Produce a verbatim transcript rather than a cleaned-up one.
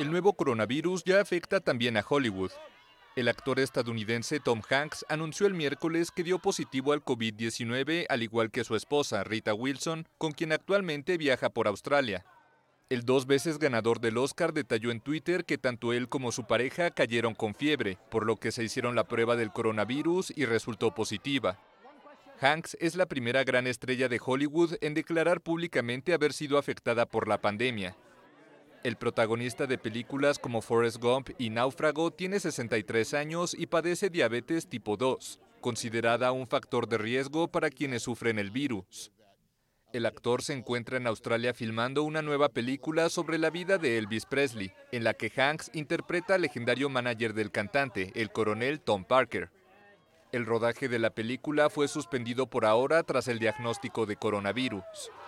El nuevo coronavirus ya afecta también a Hollywood. El actor estadounidense Tom Hanks anunció el miércoles que dio positivo al COVID diecinueve, al igual que su esposa, Rita Wilson, con quien actualmente viaja por Australia. El dos veces ganador del Oscar detalló en Twitter que tanto él como su pareja cayeron con fiebre, por lo que se hicieron la prueba del coronavirus y resultó positiva. Hanks es la primera gran estrella de Hollywood en declarar públicamente haber sido afectada por la pandemia. El protagonista de películas como Forrest Gump y Náufrago tiene sesenta y tres años y padece diabetes tipo dos, considerada un factor de riesgo para quienes sufren el virus. El actor se encuentra en Australia filmando una nueva película sobre la vida de Elvis Presley, en la que Hanks interpreta al legendario manager del cantante, el coronel Tom Parker. El rodaje de la película fue suspendido por ahora tras el diagnóstico de coronavirus.